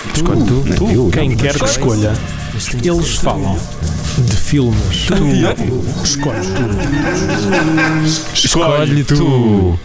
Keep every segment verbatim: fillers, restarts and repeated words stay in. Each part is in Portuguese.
Escolhe tu. tu. eu, Quem eu, quer que escolha. Eles falam de filmes. Tu escolhes tu. Escolhe tu.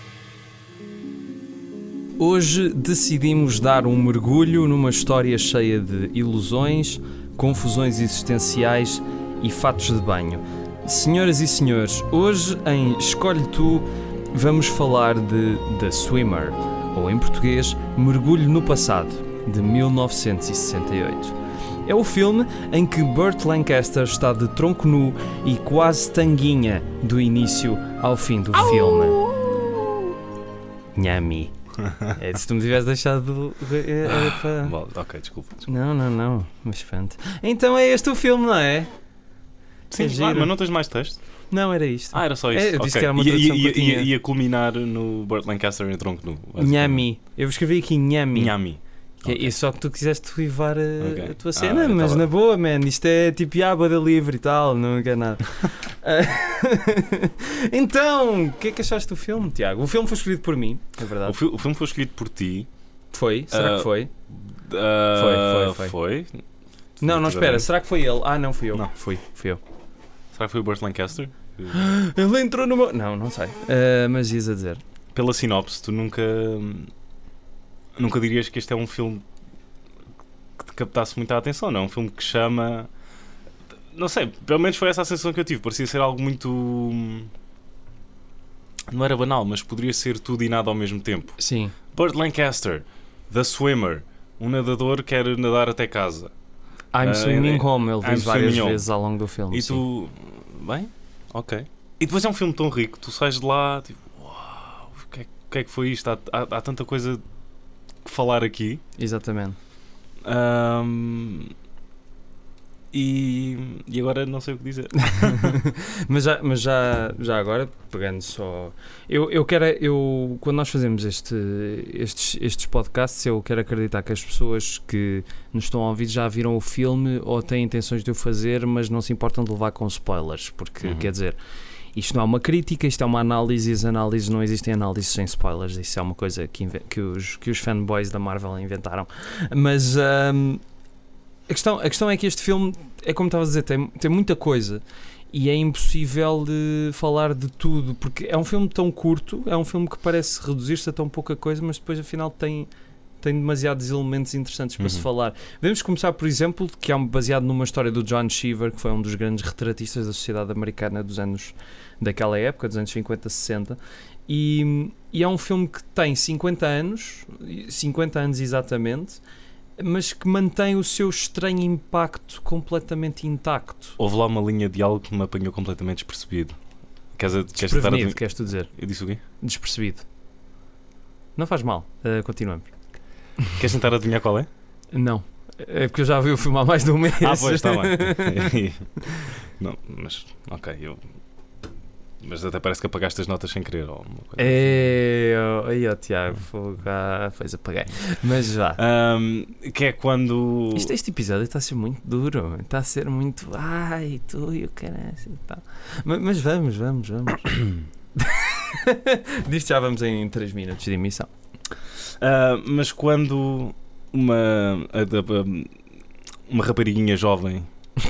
Hoje decidimos dar um mergulho numa história cheia de ilusões, confusões existenciais e fatos de banho. Senhoras e senhores, hoje em Escolhe Tu vamos falar de The Swimmer, ou em português, Mergulho no Passado, de mil novecentos e sessenta e oito. É o filme em que Burt Lancaster está de tronco nu e quase tanguinha do início ao fim do filme. Nhami. É, se tu me tivesse deixado... É, é para... Bom, ok, desculpa, desculpa. Não, não, não. Mas pronto. Então é este o filme, não é? Sim, É ah, giro. mas não tens mais texto? Não, era isto. Ah, era só isto. É, eu disse okay. que era uma ia, tradução ia, que eu tinha. ia, ia culminar no Burt Lancaster em tronco nu. Nhami. Eu escrevi aqui Nhami. Nhami. Que é Okay. só que tu quiseste uivar a, Okay. a tua Ah, cena, eu mas tava- na boa, man, isto é tipo aba da livre e tal, não é nada. Então, o que é que achaste do filme, Tiago? O filme foi escolhido por mim, é verdade. O, fi- o filme foi escrito por ti. Foi? Será Ah, que foi? Ah, foi, foi. Foi? Não, não, espera, será que foi ele? Ah, não, fui eu. Não. Fui, fui eu. Será que foi o Burt Lancaster? Ele entrou no meu... Não, não sei. Ah, mas ias a dizer. Pela sinopse, tu nunca nunca dirias que este é um filme que te captasse muita atenção, não? É um filme que chama... Não sei, pelo menos foi essa a sensação que eu tive. Parecia ser algo muito... Não era banal, mas poderia ser tudo e nada ao mesmo tempo. Sim. Burt Lancaster, The Swimmer, um nadador quer nadar até casa. I'm Ah, swimming é- home, ele I'm diz várias swimming home. vezes ao longo do filme. E sim. tu... Bem, ok. E depois é um filme tão rico, tu sais de lá, tipo, uau, o que é, o que é que foi isto? Há, há, há tanta coisa que falar aqui. Exatamente. Ahm, e, e agora não sei o que dizer. mas já, mas já, já agora, pegando só... Eu, eu quero... Eu, quando nós fazemos este, estes, estes podcasts, eu quero acreditar que as pessoas que nos estão a ouvir já viram o filme ou têm intenções de o fazer, mas não se importam de levar com spoilers, porque, Uhum. quer dizer... Isto não é uma crítica, isto é uma análise, e as análises não existem análises sem spoilers, isso é uma coisa que, inve- que, os, que os fanboys da Marvel inventaram. Mas ahm, a, questão, a questão é que este filme, é como estava a dizer, tem, tem muita coisa e é impossível de falar de tudo, porque é um filme tão curto, é um filme que parece reduzir-se a tão pouca coisa, mas depois afinal tem... tem demasiados elementos interessantes para Uhum. se falar. Devemos começar, por exemplo, que é um- baseado numa história do John Cheever, que foi um dos grandes retratistas da sociedade americana dos anos daquela época, dos anos cinquenta, sessenta, e, e é um filme que tem cinquenta anos, cinquenta anos exatamente, mas que mantém o seu estranho impacto completamente intacto. Houve lá uma linha de algo que me apanhou completamente despercebido. Queres, queres tentar Desprevenido, adivinhar? queres tu dizer? Eu disse o quê? Despercebido. Não faz mal, uh, continuamos. Queres tentar adivinhar qual é? Não. É porque eu já vi o filme há mais de um mês. Ah, pois, está bem. Não, mas, ok, eu... Mas até parece que apagaste as notas sem querer ou alguma coisa. É, oh, aí ó Tiago, fogo, ah, pois apaguei. Mas vá. Ahm, que é quando... Isto, este episódio está a ser muito duro, está a ser muito. Ai, tu e o caralho e tal. Mas, mas vamos, vamos, vamos. Disto já vamos em três minutos de emissão. Ah, mas quando uma, a- a- uma rapariguinha jovem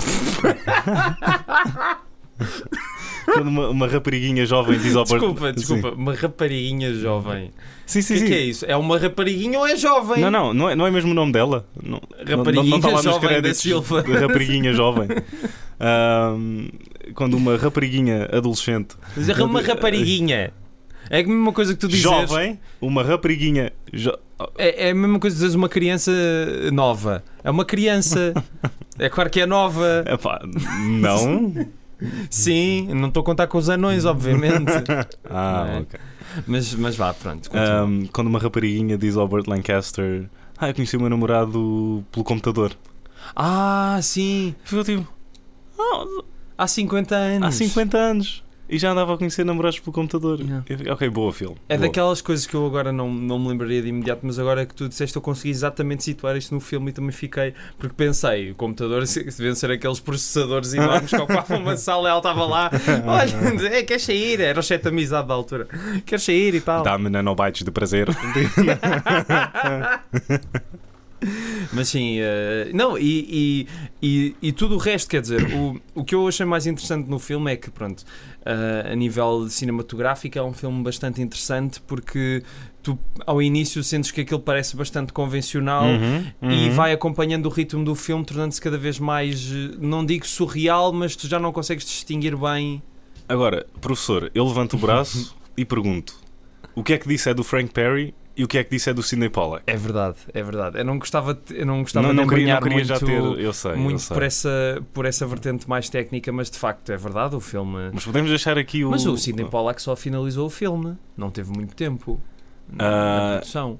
quando uma, uma rapariguinha jovem diz ao Burt- Desculpa, desculpa, uma rapariguinha jovem. Sim, sim, O que, sim. é que é isso? É uma rapariguinha ou é jovem? Não, não, não é, não é mesmo o nome dela. Não, Rapariguinha não, não está lá nos jovem da créditos Silva. de rapariguinha jovem. Ahm, quando uma rapariguinha adolescente Mas é uma rapariguinha. É a mesma coisa que tu dizes. jovem, uma rapariguinha jo- É, é a mesma coisa que dizes uma criança nova. É uma criança. É claro que é nova. Epá, não. Sim, não estou a contar com os anões, obviamente. Ah, Não é? ok. Mas, mas vá, pronto. continua. Ahm, quando uma rapariguinha diz ao Burt Lancaster: ah, eu conheci o meu namorado pelo computador. Ah, sim. Ficou tipo: Há cinquenta anos. há cinquenta anos. E já andava a conhecer namorados pelo computador. Yeah. Eu fiquei, ok, boa filme. É boa. daquelas coisas que eu agora não, não me lembraria de imediato, mas agora que tu disseste eu consegui exatamente situar isto no filme e também fiquei, porque pensei, o computador devem ser aqueles processadores enormes que ocupavam uma sala e ela estava lá, olha, é, queres sair? Era o chat de amizade da altura, queres sair e tal. Dá-me nanobytes de prazer. Mas sim, uh, não, e, e, e, e tudo o resto, quer dizer, o, o que eu achei mais interessante no filme é que, pronto, uh, a nível cinematográfico é um filme bastante interessante porque tu ao início sentes que aquilo parece bastante convencional Uhum, uhum. e vai acompanhando o ritmo do filme, tornando-se cada vez mais, não digo surreal, mas tu já não consegues distinguir bem. Agora, professor, eu levanto o braço e pergunto: o que é que disse é do Frank Perry e o que é que disse é do Sidney Pollack? É verdade, é verdade. Eu não gostava, de- eu não gostava Não, de não queria, não embrenhar queria muito, já ter, eu sei, eu muito sei. por, essa, por essa vertente mais técnica, mas de facto é verdade, o filme... Mas podemos deixar aqui o. Mas o Sidney Pollack só finalizou o filme, não teve muito tempo na, Ah, na produção.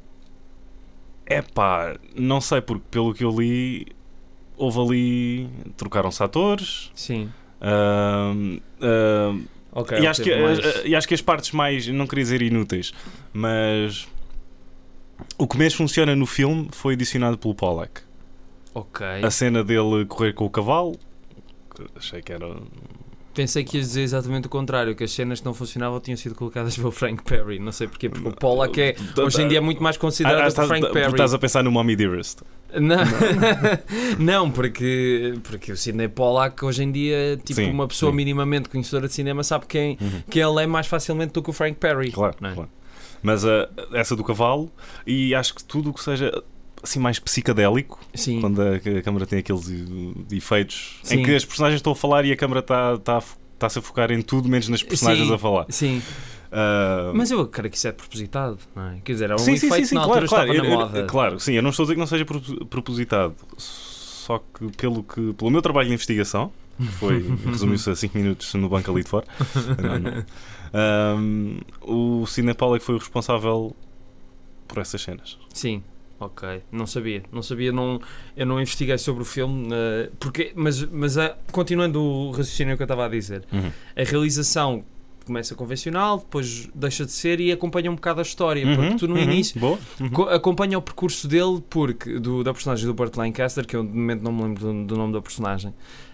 É pá, não sei, porque pelo que eu li, houve ali. Trocaram-se atores. Sim. ahm, ahm, Ok, e, acho que, teve mais- a- e acho que as partes mais, não queria dizer inúteis, mas o que mesmo funciona no filme foi adicionado pelo Pollack. Ok. A cena dele correr com o cavalo, que achei que era. Pensei que ias dizer exatamente o contrário, que as cenas que não funcionavam tinham sido colocadas pelo Frank Perry. Não sei porquê, porque o Pollack é, hoje em dia é muito mais considerado Ah, ah, do que o estás- Frank porque Perry. estás a pensar no Mommy Dearest. Não, não porque, porque o Sidney Pollack hoje em dia, tipo, Sim, uma pessoa sim. minimamente conhecedora de cinema sabe quem, Uhum. que ele é mais facilmente do que o Frank Perry. Claro, não é? claro. Mas ah, essa do cavalo, e acho que tudo o que seja assim mais psicadélico, Sim, quando a, a câmara tem aqueles uh, efeitos Sim. em que as personagens estão a falar e a câmara está tá, a fo- está-se a focar em tudo menos nas personagens Sim. a falar. sim. Ah, Mas eu creio que isso é propositado, não é? Quer dizer, é um sim, sim, efeito sim, que sim, na claro, altura claro, estava eu- na eu- moda. claro, sim, eu não estou a dizer que não seja pro- propositado, só que pelo, que pelo meu trabalho de investigação, que foi, resumiu-se a cinco minutos no banco ali de fora, não, não. Ahm, o Sidney Pollack foi o responsável por essas cenas. Sim, ok. Não sabia. Não sabia, não, eu não investiguei sobre o filme, eh, porque, mas, mas ah, continuando o raciocínio que eu estava a dizer, a realização começa convencional, depois deixa de ser e acompanha um bocado a história, porque Uhum, tu no uhum, início boa. Uhum. co- acompanha o percurso dele porque, do, da personagem do Burt Lancaster, que eu de momento não me lembro do, do nome da personagem.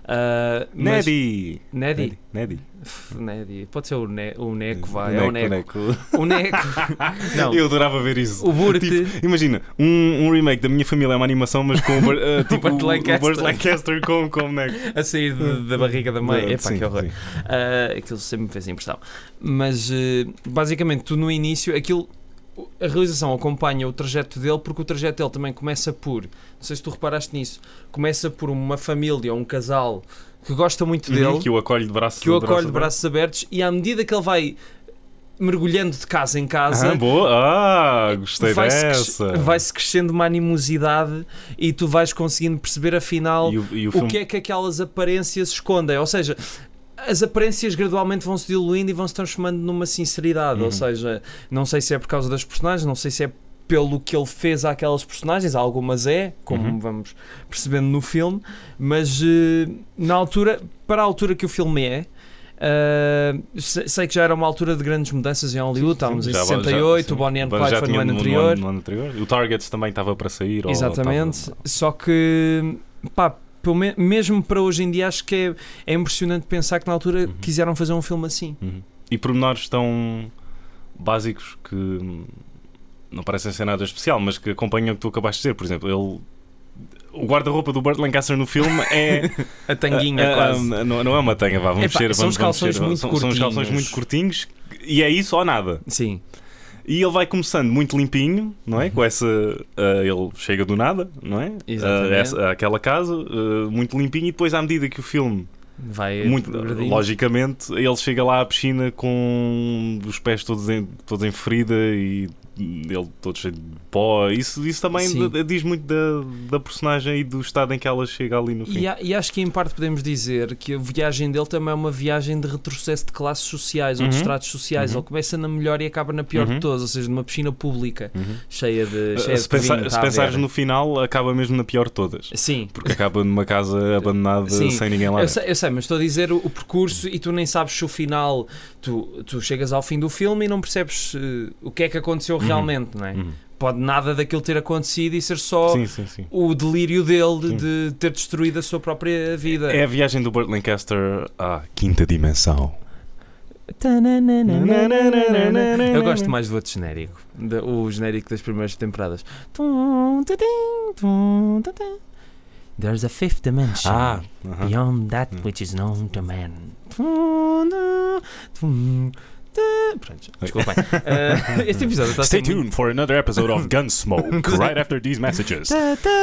Ah, mas- Neddy! Neddy? Neddy. F- Neddy. Pode ser o, ne o Neco, vai. É o Neco, Neco. Neco. O Neco. Não, Eu adorava ver isso. o Burt. Tipo, imagina, um, um remake da Minha Família é uma animação, mas com o, Bur- uh, tipo, Burt o- Lancaster. o Burt Lancaster com, com o Neco. A sair de- da barriga da mãe. Epá, Sim, que horror. sim. Uh, aquilo sempre me fez impressão. Mas uh, basicamente, tu no início, aquilo, a realização acompanha o trajeto dele, porque o trajeto dele também começa por, não sei se tu reparaste nisso, começa por uma família ou um casal que gosta muito dele, Uhum, que o acolhe de braços que o acolhe de abertos. braços abertos, e à medida que ele vai mergulhando de casa em casa. Ah, boa. Ah, gostei vai-se dessa. cres- vai-se crescendo uma animosidade e tu vais conseguindo perceber afinal E o, e o o filme... que é que aquelas aparências escondem. Ou seja, as aparências gradualmente vão se diluindo e vão se transformando numa sinceridade. Uhum. Ou seja, não sei se é por causa das personagens, não sei se é pelo que ele fez àquelas personagens, algumas é, como Uhum. vamos percebendo no filme, mas eh, na altura, para a altura que o filme é, Uh, sei, sei que já era uma altura de grandes mudanças em Hollywood, estávamos em Já- sessenta e oito, já- o Bonnie and sim. Clyde Já foi no tinha ano no- no anterior. no ano anterior. O Targets também estava para sair. ou Exatamente, estava- só que pá, pelo me- mesmo para hoje em dia acho que é, é impressionante pensar que na altura Uhum. quiseram fazer um filme assim. Uhum. E pormenores tão básicos que hum, não parecem ser nada especial, mas que acompanham o que tu acabaste de dizer. Por exemplo, ele... o guarda-roupa do Burt Lancaster no filme é... A tanguinha Ah, quase. ah, não, não é uma tanga, vá, vamos Epá, mexer. são Vamos, os calções vamos muito mexer. São, são os calções curtinhos. muito curtinhos e é isso ou nada. Sim, E ele vai começando muito limpinho, não é? Com essa. ah, ele chega do nada, não é? Exatamente. Ah, essa- àquela casa, ah, muito limpinho, e depois, à medida que o filme. vai Muito, progredindo. logicamente, ele chega lá à piscina com os pés todos em, todos em ferida e ele todo cheio de pó. Isso, isso também Sim. d- diz muito da, da personagem e do estado em que ela chega ali no fim. E, a- e acho que em parte podemos dizer que a viagem dele também é uma viagem de retrocesso de classes sociais ou de Uhum. estratos sociais. Uhum. Ele começa na melhor e acaba na pior Uhum. de todas, ou seja, numa piscina pública Uhum. cheia de, cheia se de pensar- vinho, se tá a pensares ver. no final, acaba mesmo na pior de todas. Sim, Porque acaba numa casa abandonada Sim. sem ninguém lá eu dentro. sei, eu sei, mas estou a dizer o, o percurso e tu nem sabes se o final. Tu, tu chegas ao fim do filme e não percebes eh, o que é que aconteceu Uhum. realmente, não é? Uhum. Pode nada daquilo ter acontecido e ser só Sim, sim, sim. o delírio dele Sim. de ter destruído a sua própria vida. É a viagem do Burt Lancaster à quinta dimensão. Eu gosto mais do outro genérico, o genérico das primeiras temporadas. There's a fifth dimension Ah, uh-huh. beyond that which is known to man. Pronto, desculpem. Uh, este episódio está a ser Stay tuned muito... for another episode of Gunsmoke right after these messages.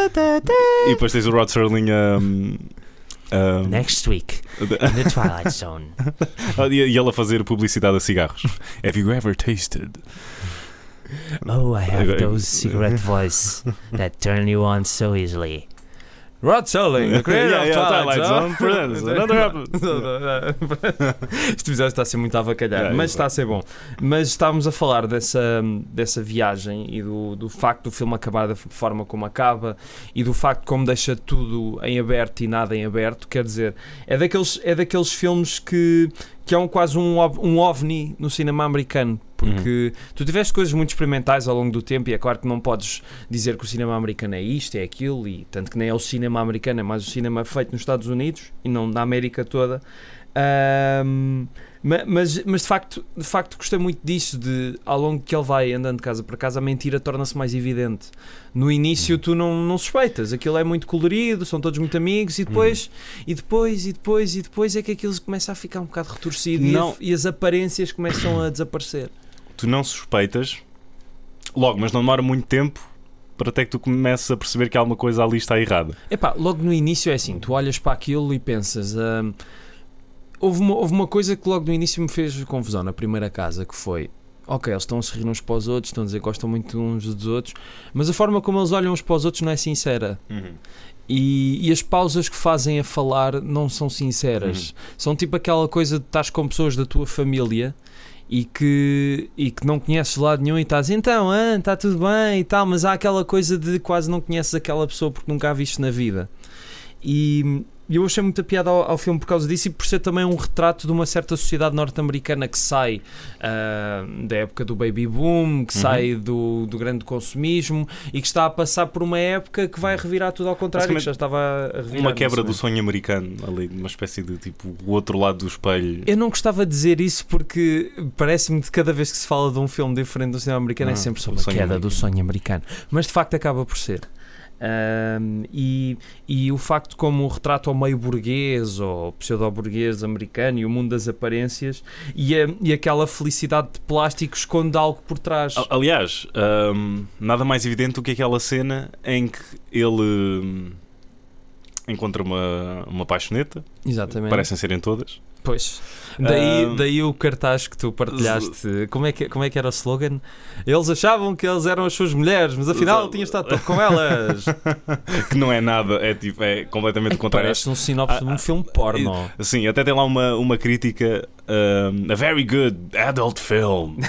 E depois tens o Rod Serling um, um, Next week in the Twilight Zone. e e ele a fazer publicidade a cigarros. Have you ever tasted? Oh, I have those cigarette voice that turn you on so easily. Rod Serling, the creator Yeah, of yeah, Twilight Twilight Zone. Zone presents another episode. Este episódio está a ser muito a avacalhar, Yeah, mas yeah. está a ser bom. Mas estávamos a falar dessa, dessa viagem e do, do facto do filme acabar da forma como acaba e do facto como deixa tudo em aberto e nada em aberto. Quer dizer, é daqueles, é daqueles filmes que, que é um, quase um, ov- um ovni no cinema americano. Porque uhum. tu tiveste coisas muito experimentais ao longo do tempo e é claro que não podes dizer que o cinema americano é isto, é aquilo, e tanto que nem é o cinema americano, é mais o cinema feito nos Estados Unidos e não na América toda. Um, mas, mas de facto, de facto gostei muito disso, de ao longo que ele vai andando de casa para casa a mentira torna-se mais evidente. No início tu não, não suspeitas, aquilo é muito colorido, são todos muito amigos e depois, uhum. e depois, e depois, e depois é que aquilo começa a ficar um bocado retorcido e, a, e as aparências começam a desaparecer. Tu não suspeitas logo, mas não demora muito tempo para até que tu comeces a perceber que alguma coisa ali está errada. Epá, logo no início é assim, tu olhas para aquilo e pensas... Hum, houve, uma, houve uma coisa que logo no início me fez confusão na primeira casa, que foi... Ok, eles estão a se rir uns para os outros, estão a dizer que gostam muito uns dos outros, mas a forma como eles olham uns para os outros não é sincera. Uhum. E, e as pausas que fazem a falar não são sinceras. Uhum. São tipo aquela coisa de estás com pessoas da tua família... E que, e que não conheces de lado nenhum e estás, então, ah, está tudo bem e tal, mas há aquela coisa de quase não conheces aquela pessoa porque nunca a viste na vida. E eu achei muita piada ao, ao filme por causa disso e por ser também um retrato de uma certa sociedade norte-americana que sai uh, da época do baby boom, que uhum. sai do, do grande consumismo e que está a passar por uma época que vai revirar tudo ao contrário, que já estava a revirar. Uma quebra do sonho americano, ali, uma espécie de tipo o outro lado do espelho. Eu não gostava de dizer isso porque parece-me que cada vez que se fala de um filme diferente do cinema americano ah, é sempre sobre a queda americano. do sonho americano, mas de facto acaba por ser. Um, e, e o facto como o retrato ao meio burguês ou pseudo-burguês americano e o mundo das aparências e, a, e aquela felicidade de plástico esconde algo por trás. Aliás, um, nada mais evidente do que aquela cena em que ele um, encontra uma, uma paixoneta. Exatamente. Parecem serem todas. Pois. Daí, um, daí o cartaz que tu partilhaste. Como é que, como é que era o slogan? Eles achavam que eles eram as suas mulheres, mas afinal tinha estado todo com elas. Que não é nada, é, tipo, é completamente é o contrário. Parece um sinopse ah, de um filme porno. Sim, até tem lá uma, uma crítica. Um, a very good adult film.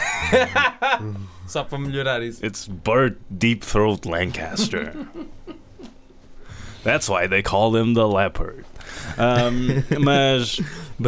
Só para melhorar isso. It's Burt Deep Throat Lancaster. That's why they call him the leopard. Um, mas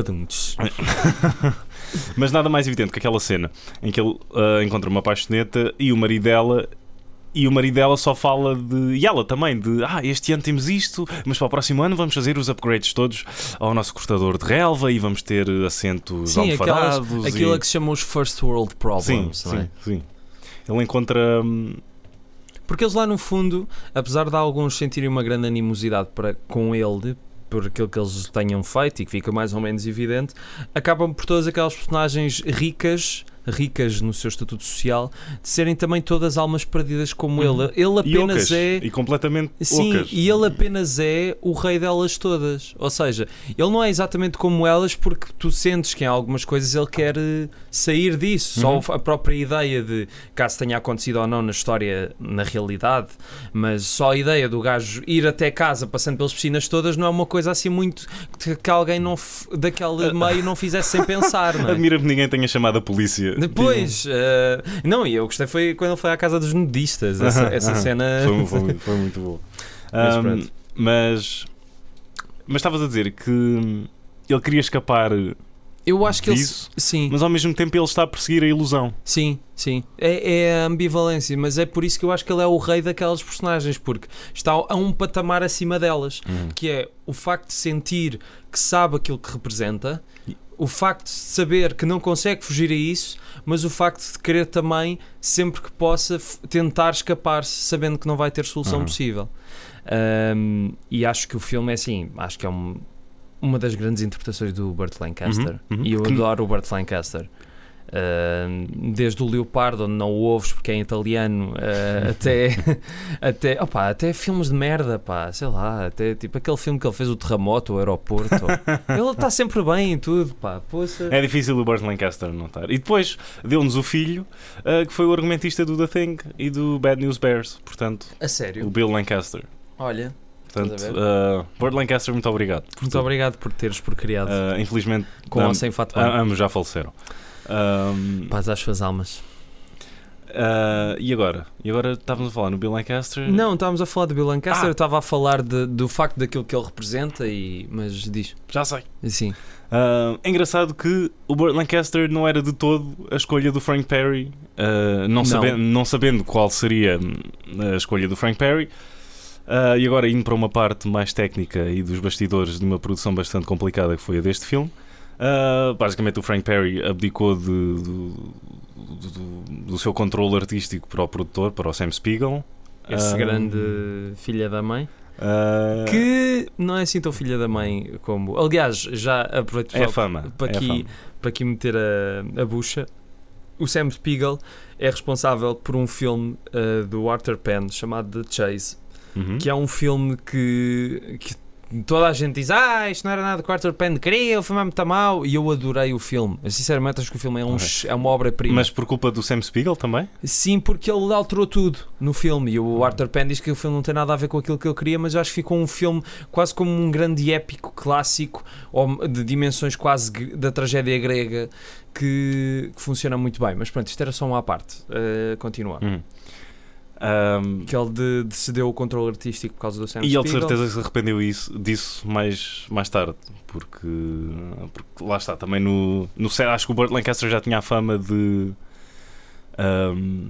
mas nada mais evidente que aquela cena em que ele uh, encontra uma paixoneta e o marido dela e o marido dela só fala de, e ela também, de ah, este ano temos isto, mas para o próximo ano vamos fazer os upgrades todos ao nosso cortador de relva e vamos ter assentos sim, almofadados. Sim, aquilo e... que se chama os first world problems. Sim, não é? sim, sim. Ele encontra... Hum... Porque eles lá no fundo, apesar de alguns sentirem uma grande animosidade para, com ele, por aquilo que eles tenham feito e que fica mais ou menos evidente, acabam por todas aquelas personagens ricas, ricas no seu estatuto social, de serem também todas almas perdidas como uhum. ele. Ele apenas e ocas, é... E completamente Sim, ocas. e ele apenas é o rei delas todas. Ou seja, ele não é exatamente como elas porque tu sentes que em algumas coisas ele quer sair disso. Uhum. Só a própria ideia de, caso tenha acontecido ou não na história, na realidade, mas só a ideia do gajo ir até casa passando pelas piscinas todas não é uma coisa assim muito que, que alguém não, daquele meio não fizesse sem pensar, não é? Admira-me que ninguém tenha chamado a polícia. Depois, uh, não, e eu gostei foi quando ele foi à casa dos nudistas, essa, essa cena foi, foi, foi muito boa. Mas, um, mas mas estavas a dizer que ele queria escapar eu acho que disso, ele, sim. mas ao mesmo tempo ele está a perseguir a ilusão. Sim, sim, é, é a ambivalência, mas é por isso que eu acho que ele é o rei daquelas personagens, porque está a um patamar acima delas, uhum. que é o facto de sentir que sabe aquilo que representa, o facto de saber que não consegue fugir a isso, mas o facto de querer também, sempre que possa, f- tentar escapar-se, sabendo que não vai ter solução Uhum. possível. Um, e acho que o filme é assim, acho que é um, uma das grandes interpretações do Burt Lancaster. Uhum, uhum. E eu Que- adoro o Burt Lancaster. Uh, desde o Leopardo, onde não o ouves porque é em italiano, uh, até, até, opa, até filmes de merda, pá, sei lá, até tipo aquele filme que ele fez, o Terremoto, o Aeroporto. Ele está sempre bem em tudo, pá, poça. É difícil o Burt Lancaster não estar. E depois deu-nos o filho, uh, que foi o argumentista do The Thing e do Bad News Bears, portanto, A sério? o Bill Lancaster. Olha, Portanto, Estás a uh, Burt Lancaster, muito obrigado. por muito tudo. obrigado por teres procriado Uh, infelizmente, com ou am- sem fato a- bem. ambos já faleceram. Um, Paz às suas almas. uh, e agora? E agora estávamos a falar no Bill Lancaster? Não, estávamos a falar de Bill Lancaster, Ah. eu estava a falar de- do facto daquilo que ele representa, e, mas diz, Já sei. sim. Uh, é engraçado que o Burt Lancaster não era de todo a escolha do Frank Perry, uh, não, Não. Sabendo, não sabendo qual seria hum, a escolha do Frank Perry. Uh, e agora indo para uma parte mais técnica e dos bastidores de uma produção bastante complicada que foi a deste filme. Uh, basicamente o Frank Perry abdicou de, do, do, do- do seu controle artístico para o produtor, para o Sam Spiegel. Esse Uh, grande filha da mãe, uh, que não é assim tão filha da mãe como. Aliás, já aproveito é a só fama. para é a aqui, fama. para aqui meter a, a bucha. O Sam Spiegel é responsável por um filme uh, do Arthur Penn chamado The Chase, Uhum. que é um filme que, que toda a gente diz: ah, isto não era nada que o Arthur Penn queria, o filme é muito mau, e eu adorei o filme. Eu, sinceramente, acho que o filme é, um, Ok. é uma obra-prima. Mas por culpa do Sam Spiegel também? Sim, porque ele alterou tudo no filme, e o Arthur Penn diz que o filme não tem nada a ver com aquilo que eu queria, mas eu acho que ficou um filme quase como um grande épico clássico, ou de dimensões quase gre- da tragédia grega, que, que funciona muito bem. Mas pronto, isto era só uma à parte. Uh, continua. Uhum. Um, Que ele de, de cedeu o controle artístico por causa do Sam E ele de Spiegel. certeza que se arrependeu isso, disso mais, mais tarde, porque, porque lá está, também no, no set, acho que o Burt Lancaster já tinha a fama de ahm,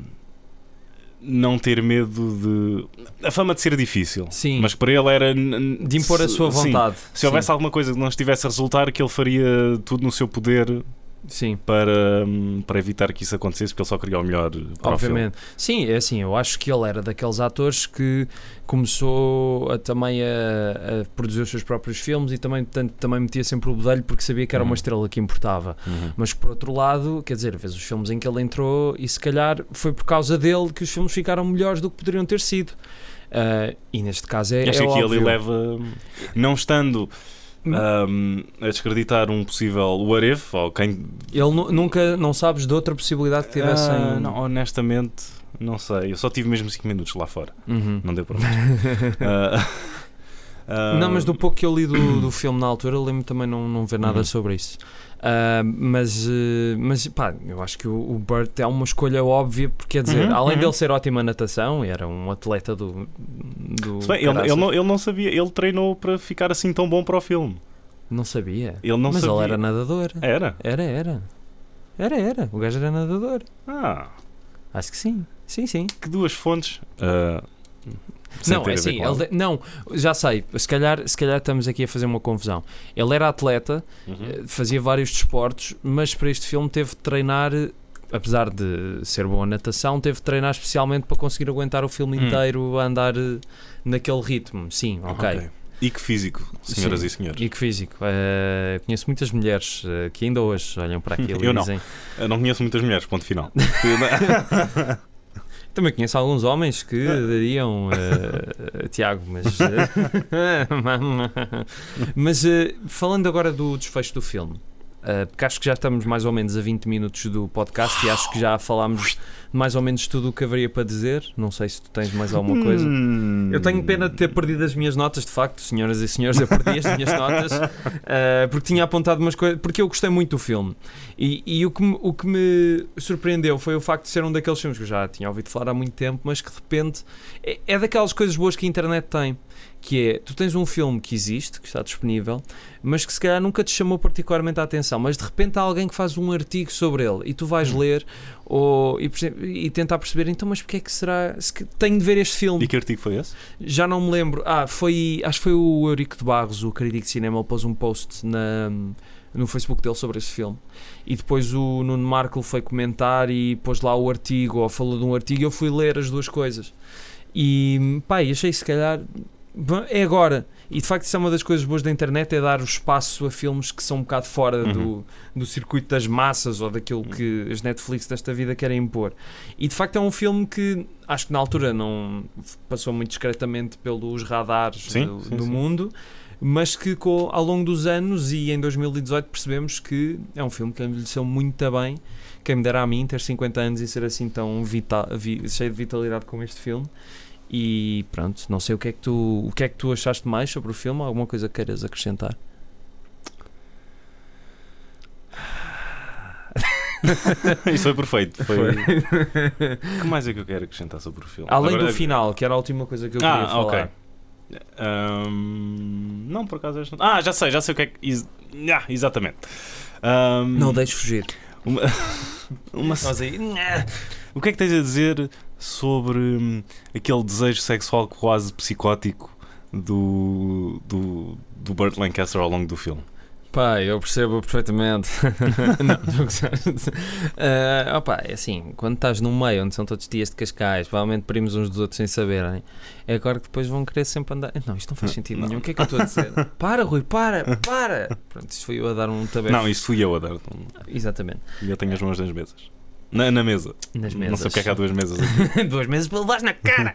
não ter medo de. A fama de ser difícil, Sim, mas para ele era n- de impor a se- sua sim, vontade. se houvesse alguma coisa que não estivesse a resultar, que ele faria tudo no seu poder Sim. para, hum, para evitar que isso acontecesse, porque ele só queria o melhor para Obviamente. Sim, é assim, eu acho que ele era daqueles atores que começou a, também a, a produzir os seus próprios filmes e também, portanto, também metia sempre o bedelho porque sabia que era uma Uhum. estrela que importava. o filme. Uhum. Mas por outro lado, quer dizer, vês os filmes em que ele entrou e se calhar foi por causa dele que os filmes ficaram melhores do que poderiam ter sido. Ah, e neste caso é, E acho é que aqui ele óbvio. leva, não estando um, a descreditar um possível what if, ou quem. Ele nu- nunca, não sabes de outra possibilidade que tivessem... Ah, não, honestamente, não sei. Eu só tive mesmo cinco minutos lá fora. Uhum. Não deu para mais. Ah, ah, Não, mas do pouco que eu li do, do filme na altura, eu lembro também não, não ver nada Uhum. sobre isso. Ah, mas, eh, mas pá, eu acho que o, o Burt é uma escolha óbvia, porque quer dizer, Uhum, além uhum. dele ser ótimo a natação, era um atleta do. do se bem, ele, caraças. ele, não, ele não sabia, ele treinou para ficar assim tão bom para o filme. Não sabia. Ele não mas sabia. ele era nadador. Era? Era, era. Era, era. O gajo era nadador. Ah, Acho que sim. Sim, sim. que duas fontes. ah, sem Não, ter é a ver assim, com ele, não, já sei, se calhar, se calhar estamos aqui a fazer uma confusão. Ele era atleta, Uhum. eh, fazia vários desportos, mas para este filme teve de treinar, eh, apesar de ser boa natação, teve de treinar especialmente para conseguir aguentar o filme Hum. inteiro a andar eh, naquele ritmo. Sim, ok. Ok. E que físico, senhoras Sim. e senhores. E que físico. Eh, conheço muitas mulheres eh, que ainda hoje olham para aquilo Eu e não. dizem. Eu não conheço muitas mulheres, ponto final. Também conheço alguns homens que dariam eh, Tiago, mas eh, mas eh, falando agora do desfecho do filme, eh, porque acho que já estamos mais ou menos a vinte minutos do podcast e acho que já falámos mais ou menos tudo o que haveria para dizer. Não sei se tu tens mais alguma coisa. Hum. Eu tenho pena de ter perdido as minhas notas, de facto, senhoras e senhores, eu perdi as minhas notas uh, porque tinha apontado umas coisas, porque eu gostei muito do filme. E, e o, que me, o que me surpreendeu foi o facto de ser um daqueles filmes que eu já tinha ouvido falar há muito tempo, mas que de repente é, é daquelas coisas boas que a internet tem. Que é, tu tens um filme que existe, que está disponível, mas que se calhar nunca te chamou particularmente a atenção, mas de repente há alguém que faz um artigo sobre ele e tu vais ler ou, e, perce- e tentar perceber, então, mas porque é que será? Se que- tenho de ver este filme. E que artigo foi esse? Já não me lembro. Ah, foi, acho que foi o Eurico de Barros, o crítico de cinema, ele pôs um post na, no Facebook dele sobre esse filme. E depois o Nuno Markle foi comentar e pôs lá o artigo, ou falou de um artigo, e eu fui ler as duas coisas. E pá, achei se calhar é agora. E de facto isso é uma das coisas boas da internet, é dar o espaço a filmes que são um bocado fora uhum. do, do circuito das massas ou daquilo que as Netflix desta vida querem impor. E de facto é um filme que acho que na altura não passou muito discretamente pelos radares sim, do, sim, do sim. mundo, mas que com, ao longo dos anos e em dois mil e dezoito percebemos que é um filme que envelheceu muito bem. Quem me dera a mim ter cinquenta anos e ser assim tão vital, vi, cheio de vitalidade como este filme. E pronto, não sei o que é que tu, o que é que tu achaste mais sobre o filme, alguma coisa que queiras acrescentar? Isso foi perfeito. Foi... Foi. O que mais é que eu quero acrescentar sobre o filme? Além Agora, do final, que era a última coisa que eu ah, queria falar. ok. Um, não, por acaso este... Ah, já sei, já sei o que é que... Ex... Ah, exatamente. Um, não deixes fugir. Uma... uma... Aí... O que é que tens a dizer sobre hum, aquele desejo sexual quase psicótico do, do, do Burt Lancaster ao longo do filme? Pá, eu percebo perfeitamente. Não, não uh, opa, é assim, quando estás num meio onde são todos dias de Cascais, provavelmente primos uns dos outros sem saberem, é agora que depois vão querer sempre andar. Não, isto não faz sentido não. nenhum. O que é que eu estou a dizer? Para, Rui, para, para! Pronto, isto foi eu a dar um tabefe. Não, isto fui eu a dar. Então... Exatamente. E eu tenho as mãos nas mesas. Na, na mesa. Nas mesas. Não sei porque é que há duas mesas aqui. Duas mesas para levar na cara.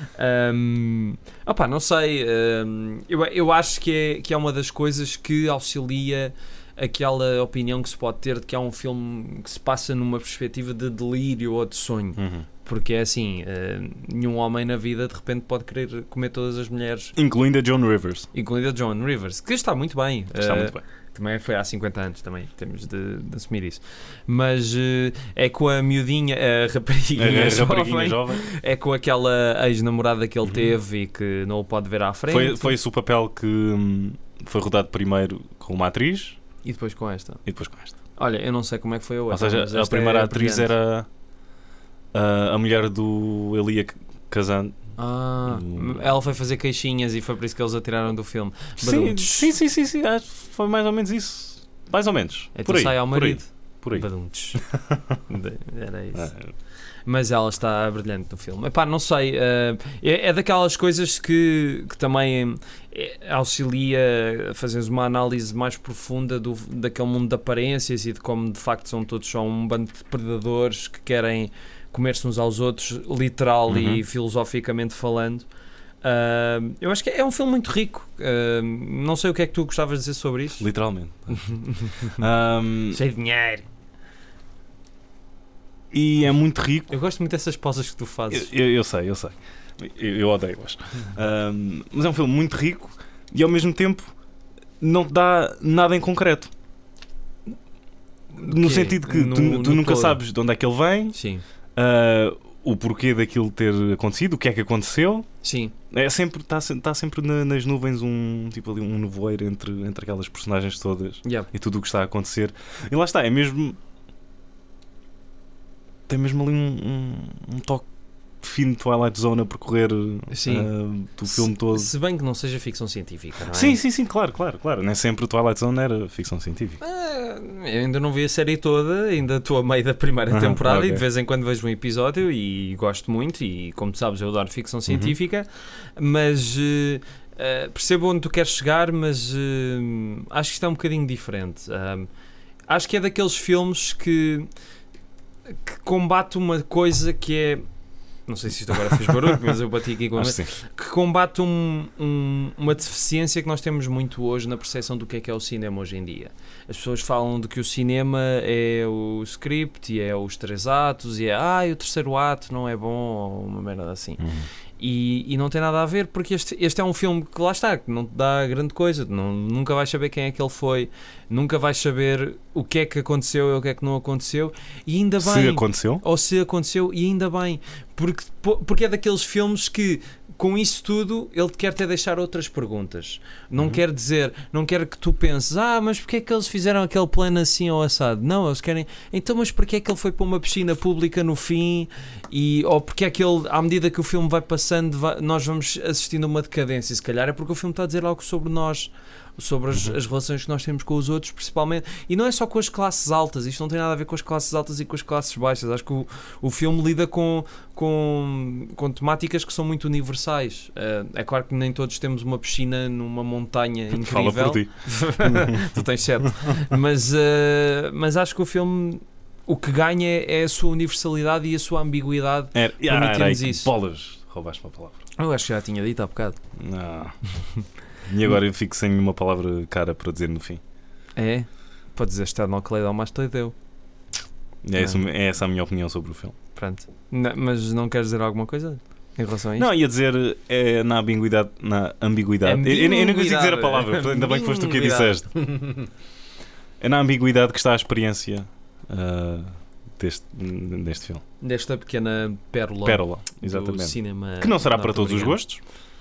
um, opa, não sei. Um, eu, eu acho que é, que é uma das coisas que auxilia aquela opinião que se pode ter de que é um filme que se passa numa perspectiva de delírio ou de sonho. Uhum. Porque é assim, uh, nenhum homem na vida de repente pode querer comer todas as mulheres. Incluindo a Joan Rivers. Incluindo a Joan Rivers, que está muito bem. Está uh, muito bem. Também foi há cinquenta anos, também temos de, de assumir isso. Mas uh, é com a miudinha, a rapariguinha, a, a jovem, rapariguinha jovem, é com aquela ex-namorada que ele uhum. teve e que não o pode ver à frente. Foi, foi esse o papel que hum, foi rodado primeiro com uma atriz e depois com esta. e depois com esta. Olha, eu não sei como é que foi a outra. Ou seja, a primeira é atriz brilhante. Era a, a mulher do Elia Kazan. Ah, hum. Ela foi fazer queixinhas e foi por isso que eles a tiraram do filme. Sim, sim, sim, sim, sim, acho que foi mais ou menos isso. Mais ou menos. Então por aí, sai ao marido. Por aí. Por aí. Era isso. Ah, mas ela está brilhante no filme. Epá, não sei, uh, é, é daquelas coisas que, que também é, auxilia a fazeres uma análise mais profunda do, daquele mundo de aparências e de como de facto são todos só um bando de predadores que querem comer-se uns aos outros, literal uhum. e filosoficamente falando. Uh, eu acho que é um filme muito rico. Uh, não sei o que é que tu gostavas de dizer sobre isso. Literalmente. um... Cheio de dinheiro. E é muito rico. Eu gosto muito dessas pausas que tu fazes. Eu, eu, eu sei, eu sei. Eu, eu odeio-as. Um, mas é um filme muito rico e ao mesmo tempo não te dá nada em concreto. No okay. sentido que no, tu, tu no nunca todo. sabes de onde é que ele vem. Sim. Uh, o porquê daquilo ter acontecido, o que é que aconteceu. Sim. É sempre, está tá sempre na, nas nuvens um, tipo ali, um nevoeiro entre, entre aquelas personagens todas yeah. e tudo o que está a acontecer. E lá está, é mesmo... Tem mesmo ali um, um, um toque fino de Twilight Zone a percorrer uh, do filme todo. Se bem que não seja ficção científica, não é? Sim, sim, sim, claro, claro, claro. Nem sempre o Twilight Zone era ficção científica. Ah, eu ainda não vi a série toda, ainda estou a meio da primeira temporada okay. e de vez em quando vejo um episódio e gosto muito e, como tu sabes, eu adoro ficção científica, uhum. mas... Uh, uh, percebo onde tu queres chegar, mas uh, acho que isto é um bocadinho diferente. Uh, acho que é daqueles filmes que... que combate uma coisa que é, não sei se isto agora fez barulho, mas eu bati aqui com a que combate um, um, uma deficiência que nós temos muito hoje na percepção do que é que é o cinema hoje em dia. As pessoas falam de que o cinema é o script e é os três atos e é, ah, o terceiro ato não é bom ou uma merda assim. Uhum. E, e não tem nada a ver, porque este, este é um filme que lá está, que não te dá grande coisa, não, nunca vais saber quem é que ele foi, nunca vais saber o que é que aconteceu e o que é que não aconteceu, e ainda bem. Se aconteceu. Ou se aconteceu, e ainda bem, porque, porque é daqueles filmes que, com isso tudo, ele te quer até deixar outras perguntas. Não uhum. quer dizer, não quer que tu penses, ah, mas porque é que eles fizeram aquele plano assim ou assado? Não, eles querem, então, mas porque é que ele foi para uma piscina pública no fim? E, ou porque é que ele, à medida que o filme vai passando, vai, nós vamos assistindo a uma decadência? Se calhar é porque o filme está a dizer algo sobre nós, sobre as, Uhum. as relações que nós temos com os outros, principalmente. E não é só com as classes altas, isto não tem nada a ver com as classes altas e com as classes baixas. Acho que o, o filme lida com, com, com temáticas que são muito universais. Uh, é claro que nem todos temos uma piscina numa montanha incrível. Fala por ti. Tu tens sete. Mas, uh, mas acho que o filme, o que ganha é a sua universalidade e a sua ambiguidade. Era, ah, era aí, Permitimos isso. bolas, roubaste uma palavra. Eu acho que já tinha dito há bocado. Não. E agora eu fico sem nenhuma palavra cara para dizer no fim. É? Pode dizer esternocleidomastoideu. É, essa, é essa a minha opinião sobre o filme. Pronto. N- mas não queres dizer alguma coisa em relação a isto? Não, ia dizer é na ambiguidade. Na ambiguidade. Eu, eu, eu não consigo dizer a palavra, portanto, ainda bem que foste tu que a disseste. É na ambiguidade que está a experiência uh, deste, deste filme. Desta pequena pérola, Pérola, do exatamente. cinema. Que não será para todos os norte-americano.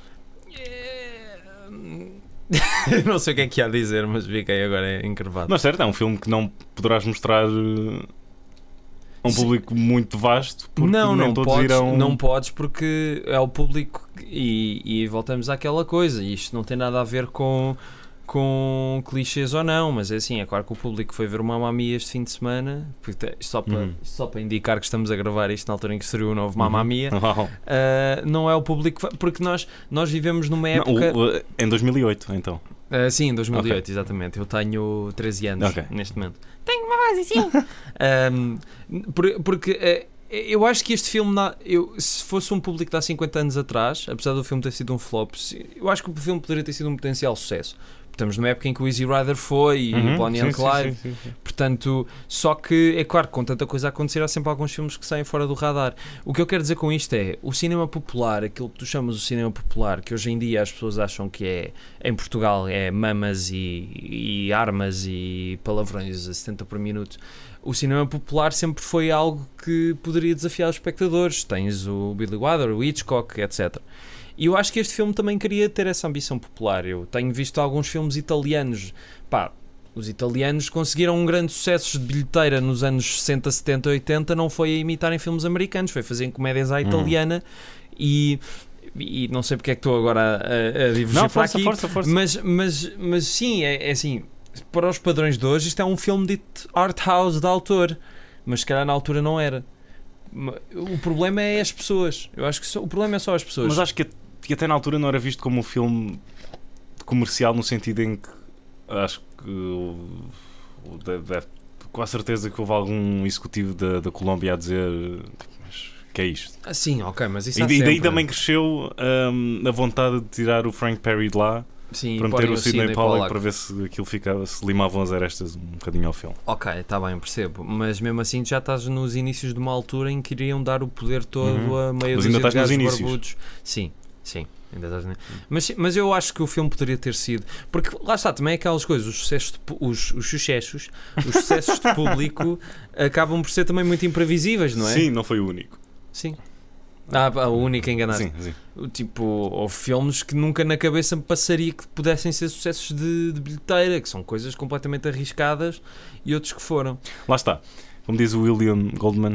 gostos. Eu não sei o que é que há a dizer, mas fiquei agora encrevado. Não, certo, é um filme que não poderás mostrar uh, a um Sim. público muito vasto, porque não, nem não todos podes, irão. não podes porque é o público e, e voltamos àquela coisa. Isto não tem nada a ver com, com clichês ou não, mas é assim, é claro que o público foi ver o Mamma Mia este fim de semana, porque, só, para, Uhum. só para indicar que estamos a gravar isto na altura em que estreou o novo Mamma Uhum. Mia. Uau. Uh, não é o público, que vai- porque nós, nós vivemos numa Não, época. o- o- em dois mil e oito, então. Uh, sim, em dois mil e oito, exatamente. Eu tenho treze anos Ok. neste momento. Tenho uma base assim. um, por- porque uh, eu acho que este filme, na- eu, se fosse um público de há cinquenta anos atrás, apesar do filme ter sido um flop, se- eu acho que o filme poderia ter sido um potencial sucesso. Estamos numa época em que o Easy Rider foi e Uhum, o Bonnie sim, and sim, Clyde. sim, sim, sim. Portanto, só que é claro que com tanta coisa a acontecer há sempre alguns filmes que saem fora do radar. O que eu quero dizer com isto é o cinema popular, aquilo que tu chamas o cinema popular, que hoje em dia as pessoas acham que é em Portugal é mamas e, e armas e palavrões a setenta por minuto. O cinema popular sempre foi algo que poderia desafiar os espectadores. Tens o Billy Wilder, o Hitchcock, etcétera. E eu acho que este filme também queria ter essa ambição popular. Eu tenho visto alguns filmes italianos. Pá, os italianos conseguiram um grande sucesso de bilheteira nos anos sessenta, setenta, oitenta. Não foi a imitarem filmes americanos, foi fazerem comédias à italiana. Uhum. E, e não sei porque é que estou agora a, a divergir Não, para força, aqui. força, força. Mas, mas, mas sim, é, é assim, para os padrões de hoje, isto é um filme dito art house de autor. Mas se calhar na altura não era. O problema é as pessoas. Eu acho que só, o problema é só as pessoas. Mas acho que, que até na altura não era visto como um filme comercial, no sentido em que acho que o- o- deve, deve- com a certeza que houve algum executivo da, da Colômbia a dizer mas que é isto? Ah, sim, ok, mas isso E, há e daí sempre. também cresceu hum, a vontade de tirar o Frank Perry de lá Sim, para porem meter o Sidney Pollack Pollack. para ver se aquilo ficava, se limavam as arestas um bocadinho ao filme. Ok, está bem, percebo. Mas mesmo assim já estás nos inícios de uma altura em que iriam dar o poder todo Uhum. a meia Mas dúzia ainda de estás nos gajos inícios. barbudos. Sim, sim. Ainda estás ne- mas, mas eu acho que o filme poderia ter sido. Porque lá está, também é aquelas coisas, os sucessos de, pu- os, os sucessos, os sucessos de público acabam por ser também muito imprevisíveis, não é? Sim, não foi o único. Sim. Ah, pá, o único a enganar. Sim, sim. Tipo, houve filmes que nunca na cabeça me passaria que pudessem ser sucessos de, de bilheteira, que são coisas completamente arriscadas, e outros que foram. Lá está. Como diz o William Goldman,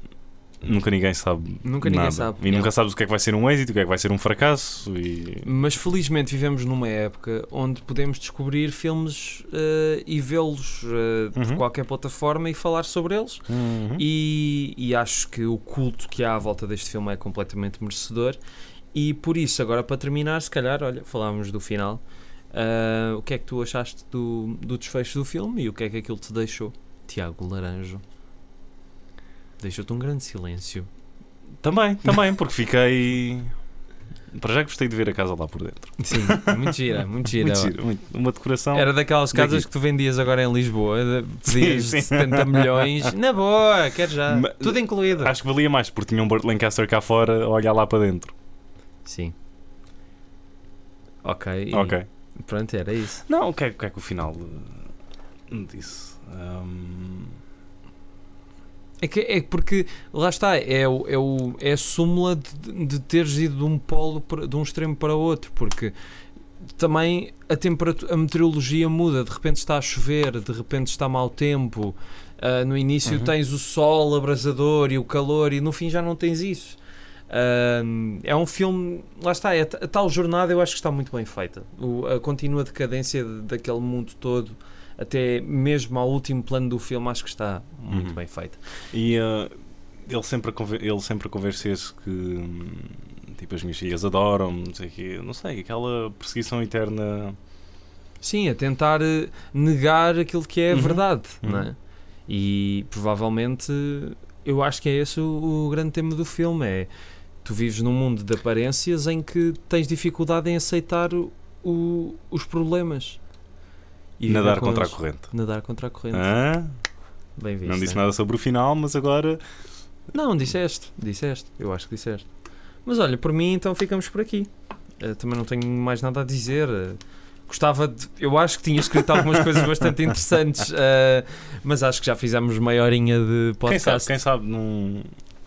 nunca ninguém sabe Nunca ninguém nada. sabe. E Não. nunca sabes o que é que vai ser um êxito, o que é que vai ser um fracasso. E... Mas felizmente vivemos numa época onde podemos descobrir filmes eh, e vê-los eh, de Uhum. qualquer plataforma e falar sobre eles. Uhum. E, e acho que o culto que há à volta deste filme é completamente merecedor. E por isso, agora para terminar, se calhar, olha, falávamos do final. Ah, o que é que tu achaste do, do desfecho do filme e o que é que aquilo te deixou? Tiago Laranjo. Deixou-te um grande silêncio. Também, também, porque fiquei. Para já gostei de ver a casa lá por dentro. Sim, muito gira, muito gira. Muito giro, muito- uma decoração. Era daquelas casas Daqui. que tu vendias agora em Lisboa, de- pedias Sim, sim. setenta milhões, na boa, quero já, Ma- tudo incluído. Acho que valia mais, porque tinha um Burt Lancaster cá fora a olhar lá para dentro. Sim. Ok, e Ok. pronto, era isso. Não, o que é, o que, é que o final uh, me disse? Um, É, que, é porque, lá está, é, o, é, o, é a súmula de, de teres ido de um polo, para- de um extremo para o outro, porque também a temperatura, a meteorologia muda, de repente está a chover, de repente está mau tempo, ah, no início Uhum. tens o sol abrasador e o calor e no fim já não tens isso. Uh, é um filme, lá está, é, a tal jornada eu acho que está muito bem feita. O, a contínua decadência de, daquele mundo todo, até mesmo ao último plano do filme, acho que está muito Uhum. bem feita. E uh, ele sempre a conver- ele sempre a convencer-se que hum, tipo, as minhas filhas adoram, não sei o quê, não sei, aquela perseguição eterna. Sim, a tentar eh, negar aquilo que é a Uhum. verdade, Uhum. não é? E provavelmente eu acho que é esse o, o grande tema do filme, é tu vives num mundo de aparências em que tens dificuldade em aceitar o, o- os problemas. E viver Nadar com contra eles. a corrente. Nadar contra a corrente. Ah, Bem visto. não disse é? nada sobre o final, mas agora. Não, disseste, disseste, eu acho que disseste. Mas olha, por mim então ficamos por aqui. Eh, também não tenho mais nada a dizer. Eh, gostava de. Eu acho que tinha escrito algumas coisas bastante interessantes, eh, mas acho que já fizemos meia horinha de Quem sabe, podcast. quem sabe não.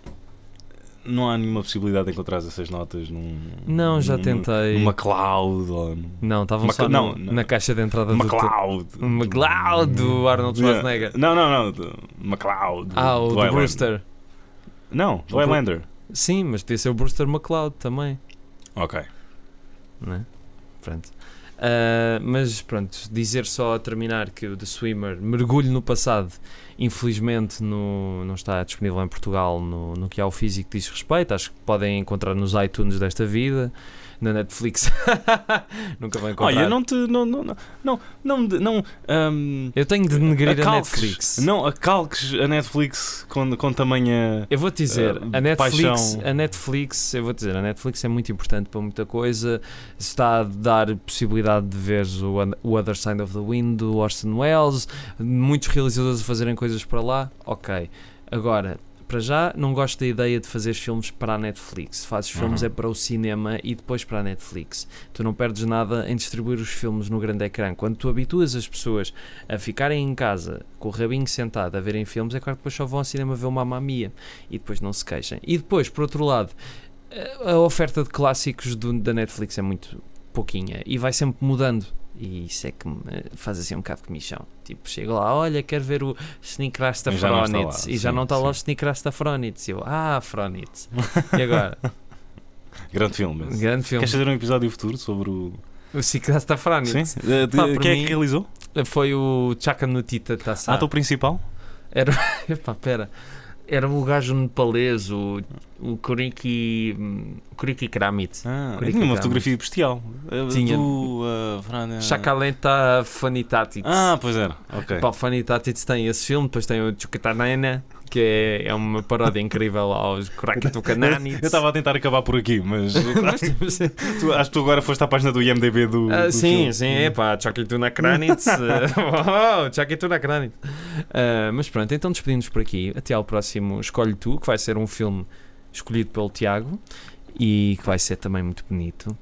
Não há nenhuma possibilidade de encontrar essas notas num. Não, já num- tentei. Numa cloud ou. Não, estavam Uma só ca- no- não, não. na caixa de entrada Uma do. cloud. Uma cloud do Arnold Schwarzenegger. Não, não, não. de- Uma cloud. Ah, o do do Highlander. Brewster. Não, do O Bru- Highlander. Sim, mas podia ser o Brewster McLeod também. Ok. Não é? Pronto. Ah, mas pronto, dizer só a terminar que o The Swimmer, Mergulho no Passado, infelizmente no, não está disponível em Portugal no, no que ao físico diz respeito. Acho que podem encontrar nos iTunes desta vida, na Netflix. Nunca vão encontrar. Olha, não te. Não, não, não, não, não, não, ahm, Eu tenho de denegrir a, acalques- Netflix. Não, acalques a Netflix com, com tamanha. Eu vou-te dizer, Uh, a Netflix, paixão. a Netflix, eu vou dizer, a Netflix é muito importante para muita coisa. Está a dar possibilidade de ver o, An- o Other Side of the Wind, do Orson Welles, muitos realizadores a fazerem coisas para lá. Ok. Agora, para já, não gosto da ideia de fazer filmes para a Netflix. Se fazes filmes Uhum. é para o cinema e depois para a Netflix. Tu não perdes nada em distribuir os filmes no grande ecrã. Quando tu habituas as pessoas a ficarem em casa com o rabinho sentado a verem filmes, é claro que depois só vão ao cinema ver o Mamma Mia e depois não se queixem. E depois, por outro lado, a a oferta de clássicos do- da Netflix é muito pouquinha e vai sempre mudando. E isso é que me faz assim um bocado de comichão. Tipo, chego lá, olha, quero ver o Sneak E já não está Rastafronitz lá, e já sim, não está lá o sim. Sneak Rastafronitz. E eu, ah, Fronitz. E agora? Grande filme. esse. Grande filme. Queres fazer um episódio futuro sobre o. O Sneak Rastafronitz. Sim? De- de- Pá, por quem é mim- que realizou? Foi o Chaka Nutita Tassar. Ator principal? Epá, pera. Era o gajo nepalês, o, o Kuriki, o Kuriki Kramitz. Ah, Curitiba. tinha uma fotografia bestial. Uh, Tinha. Do, uh, Fran- Chakalenta Fanitatis. Ah, pois era. Ok. Pá, o Fanitatis tem esse filme, depois tem o Chukatanana, que é, é uma paródia incrível aos Kurakitukananits. Eu estava a tentar acabar por aqui, mas tu, acho que tu agora foste à página do I M D B do. Ah, do sim, filme. sim, é pá, Chakituna Kranitz. Oh, Chakituna Kranitz. Ah, mas pronto, então despedimos por aqui. Até ao próximo Escolhe Tu, que vai ser um filme escolhido pelo Tiago e que vai ser também muito bonito.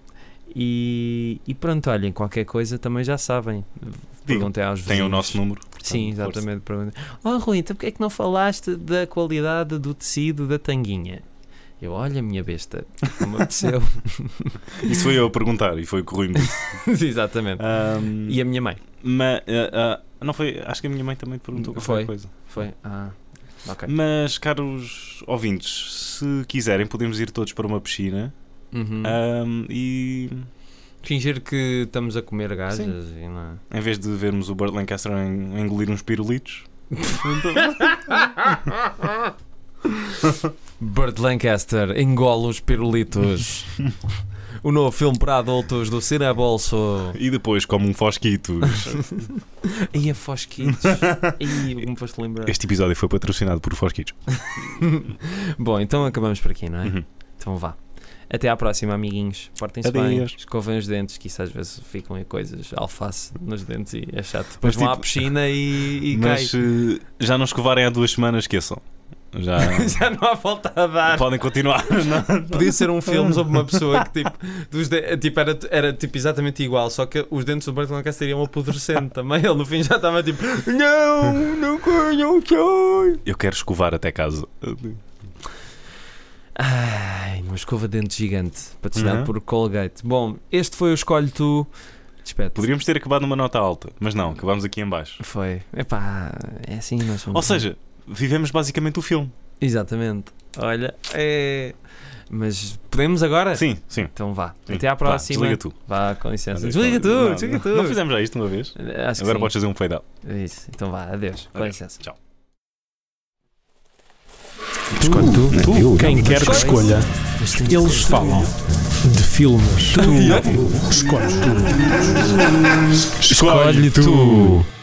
E, e pronto, olhem, qualquer coisa também já sabem. Perguntem aos vizinhos. Tem o nosso número. portanto, Sim, força. exatamente. Perguntem. Oh, Rui, então porque é que não falaste da qualidade do tecido da tanguinha? Eu, olha, minha besta, não me apeteceu. Isso foi eu a perguntar e foi o que o Rui me disse. Exatamente. Ahm, E a minha mãe? mas, ah, ah, não foi, acho que a minha mãe também te perguntou qualquer Foi. coisa. Foi? Ah, ok. Mas, caros ouvintes, se quiserem, podemos ir todos para uma piscina Uhum. ahm, e, Fingir que estamos a comer gajas Sim. e não é? em vez de vermos o Burt Lancaster a en- a engolir uns pirulitos, Burt Lancaster engole os pirulitos. O novo filme para adultos do Cinebolso. e depois como um fosquitos. E a Fosquitos. E como foste lembrar? Este episódio foi patrocinado por Fosquitos. Bom, então acabamos por aqui, não é? Uhum. Então vá. Até à próxima, amiguinhos. Portem-se bem. Adeus. Escovem os dentes, que isso às vezes ficam em coisas, alface nos dentes e é chato. Depois Mas, vão à tipo, piscina e, e Mas cai. se já não escovarem há duas semanas, esqueçam. Já Já não há volta a dar. podem continuar. Não? Podia ser um filme sobre uma pessoa que tipo, dos de- tipo, era, era tipo, exatamente igual, só que os dentes do Burt Lancaster iam apodrecendo também. Ele no fim já estava tipo, não, não quero, não quero. Eu quero escovar até casa. Ai, uma escova de dente gigante, patrocinado Uhum. por Colgate. Bom, este foi o Escolhe Tu. Despede. Poderíamos ter acabado numa nota alta, mas não, acabámos aqui em baixo. Foi. Epá, é assim, nós somos. Ou seja, vivemos basicamente o filme. Exatamente. Olha, é... Mas podemos agora? Sim, sim. Então vá. sim. Até à próxima. Vá, desliga tu. Vá, com licença. Adeus, Desliga não, tu, não, desliga não, tu. Não fizemos já isto uma vez? Acho que Agora sim. podes fazer um fade out. Isso. Então vá, adeus. Com Adeus. licença. Tchau. Escolhe tu, Tu, tu, quem não, quer que escolha, eles falam de filmes. Tu escolhes tu. Escolhe tu.